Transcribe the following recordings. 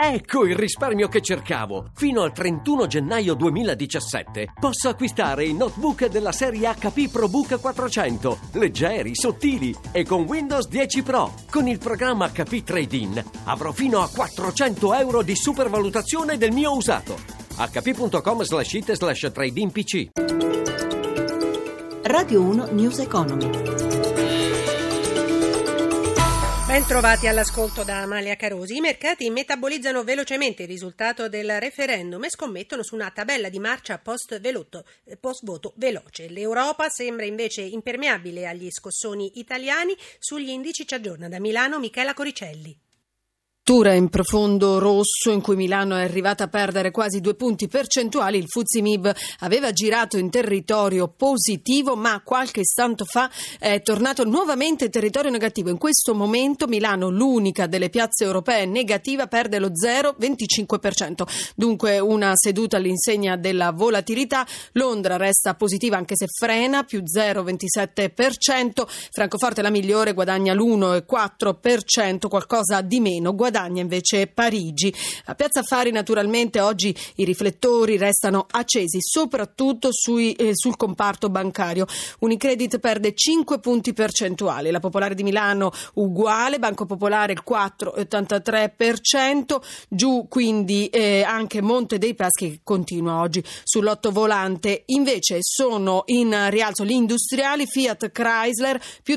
Ecco il risparmio che cercavo! Fino al 31 gennaio 2017 posso acquistare i notebook della serie HP ProBook 400, leggeri, sottili e con Windows 10 Pro. Con il programma HP Trade-in avrò fino a 400 euro di supervalutazione del mio usato. hp.com/it/trade-in PC. Radio 1 News Economy. Ben trovati all'ascolto da Amalia Carosi. I mercati metabolizzano velocemente il risultato del referendum e scommettono su una tabella di marcia post-voto veloce. L'Europa sembra invece impermeabile agli scossoni italiani. Sugli indici ci aggiorna da Milano Michela Coricelli. In profondo rosso in cui Milano è arrivata a perdere quasi 2 punti percentuali. Il FTSE MIB aveva girato in territorio positivo, ma qualche istante fa è tornato nuovamente in territorio negativo. In questo momento Milano, l'unica delle piazze europee negativa, perde lo 0,25%. Dunque una seduta all'insegna della volatilità. Londra resta positiva anche se frena, più 0,27%. Francoforte, la migliore, guadagna l'1,4%, qualcosa di meno guadagna invece Parigi. A Piazza Affari naturalmente oggi i riflettori restano accesi soprattutto sul comparto bancario. Unicredit perde 5 punti percentuali, la Popolare di Milano uguale, Banco Popolare il 4,83%, giù quindi anche Monte dei Paschi che continua oggi sull'otto volante. Invece sono in rialzo gli industriali, Fiat Chrysler più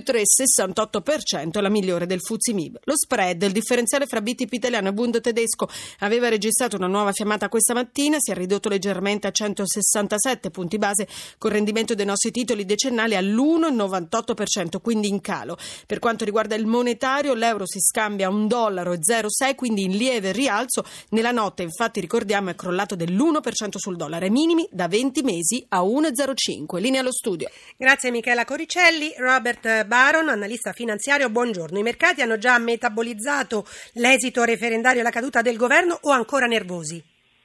3,68%, la migliore del FTSE MIB. Lo spread, il differenziale fra BTP italiano e Bund tedesco, aveva registrato una nuova fiammata questa mattina, si è ridotto leggermente a 167 punti base, con rendimento dei nostri titoli decennali all'1,98%, quindi in calo. Per quanto riguarda il monetario, l'euro si scambia a $1,06, quindi in lieve rialzo. Nella notte, infatti, ricordiamo, è crollato dell'1% sul dollaro, ai minimi da 20 mesi a 1,05. Linea allo studio. Grazie Michela Coricelli. Robert Baron, analista finanziario, buongiorno. I mercati hanno già metabolizzato l'esito referendario alla caduta del governo o ancora nervosi?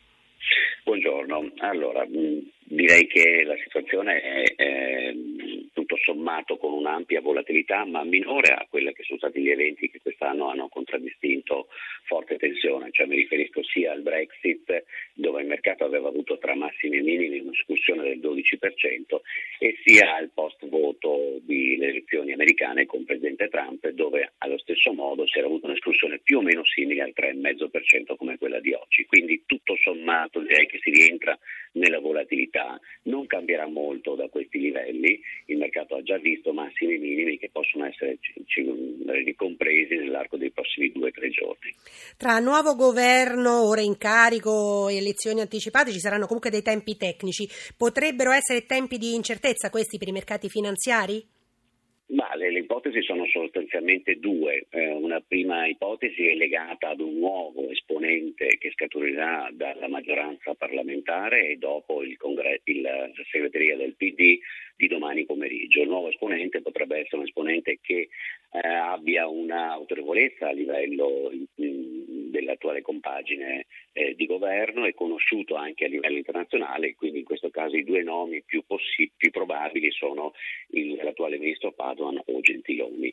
Buongiorno. Allora, direi che la situazione è tutto sommato con un'ampia volatilità, ma minore a quella che sono stati gli eventi che quest'anno hanno contraddistinto forte tensione. Cioè mi riferisco sia al Brexit, dove il mercato aveva avuto tra massimi e minimi un'escursione del 12%, e sia al post-voto delle elezioni americane con il presidente Trump, dove allo stesso modo si era avuta un'escursione più o meno simile al 3,5% come quella di oggi. Quindi tutto sommato direi che si rientra nella volatilità. Non cambierà molto da questi livelli, il mercato ha già visto massimi e minimi che possono essere ricompresi nell'arco dei prossimi 2 o 3 giorni. Tra nuovo governo, ora in carico e elezioni anticipate ci saranno comunque dei tempi tecnici. Potrebbero essere tempi di incertezza questi per i mercati finanziari? Ma le ipotesi sono sostanzialmente 2. Una prima ipotesi è legata ad un nuovo esponente che scaturirà dalla maggioranza parlamentare e dopo la segreteria del PD di domani pomeriggio. Il nuovo esponente potrebbe essere un esponente che abbia una autorevolezza a livello dell'attuale compagine di governo e conosciuto anche a livello internazionale, quindi in questo caso i 2 nomi più probabili sono l'attuale ministro Padoan o Gentiloni.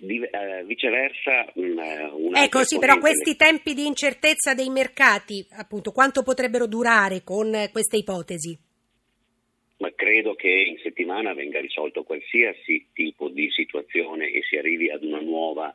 Viceversa, ecco sì, però questi tempi di incertezza dei mercati, appunto, quanto potrebbero durare con queste ipotesi? Ma credo che in settimana venga risolto qualsiasi tipo di situazione e si arrivi ad una nuova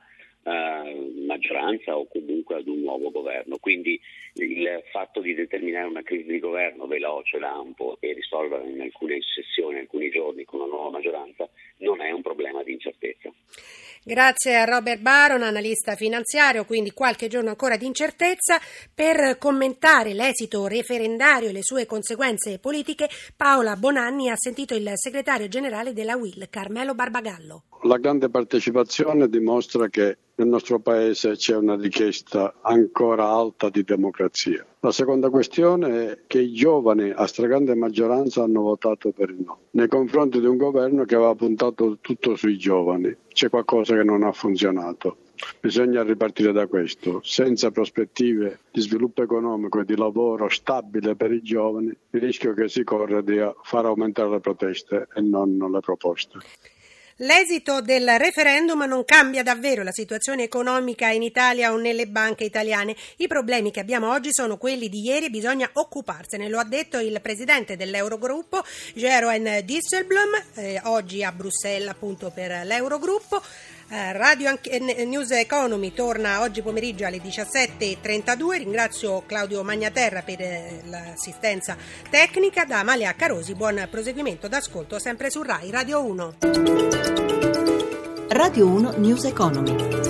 maggioranza o comunque ad un nuovo governo. Quindi il fatto di determinare una crisi di governo veloce, lampo e risolverla in alcune sessioni, alcuni giorni con una nuova maggioranza non è un problema di incertezza. Grazie a Robert Baron, analista finanziario, quindi qualche giorno ancora di incertezza. Per commentare l'esito referendario e le sue conseguenze politiche, Paola Bonanni ha sentito il segretario generale della UIL, Carmelo Barbagallo. La grande partecipazione dimostra che nel nostro Paese c'è una richiesta ancora alta di democrazia. La seconda questione è che i giovani a stragrande maggioranza hanno votato per il no, nei confronti di un governo che aveva puntato tutto sui giovani. C'è qualcosa che non ha funzionato. Bisogna ripartire da questo. Senza prospettive di sviluppo economico e di lavoro stabile per i giovani, il rischio che si corre di far aumentare le proteste e non le proposte. L'esito del referendum non cambia davvero la situazione economica in Italia o nelle banche italiane. I problemi che abbiamo oggi sono quelli di ieri e bisogna occuparsene. Lo ha detto il presidente dell'Eurogruppo, Jeroen Dijsselbloem, oggi a Bruxelles appunto per l'Eurogruppo. Radio News Economy torna oggi pomeriggio alle 17.32. Ringrazio Claudio Magnaterra per l'assistenza tecnica. Da Amalia Carosi, buon proseguimento d'ascolto sempre su Rai Radio 1. Radio 1 News Economy.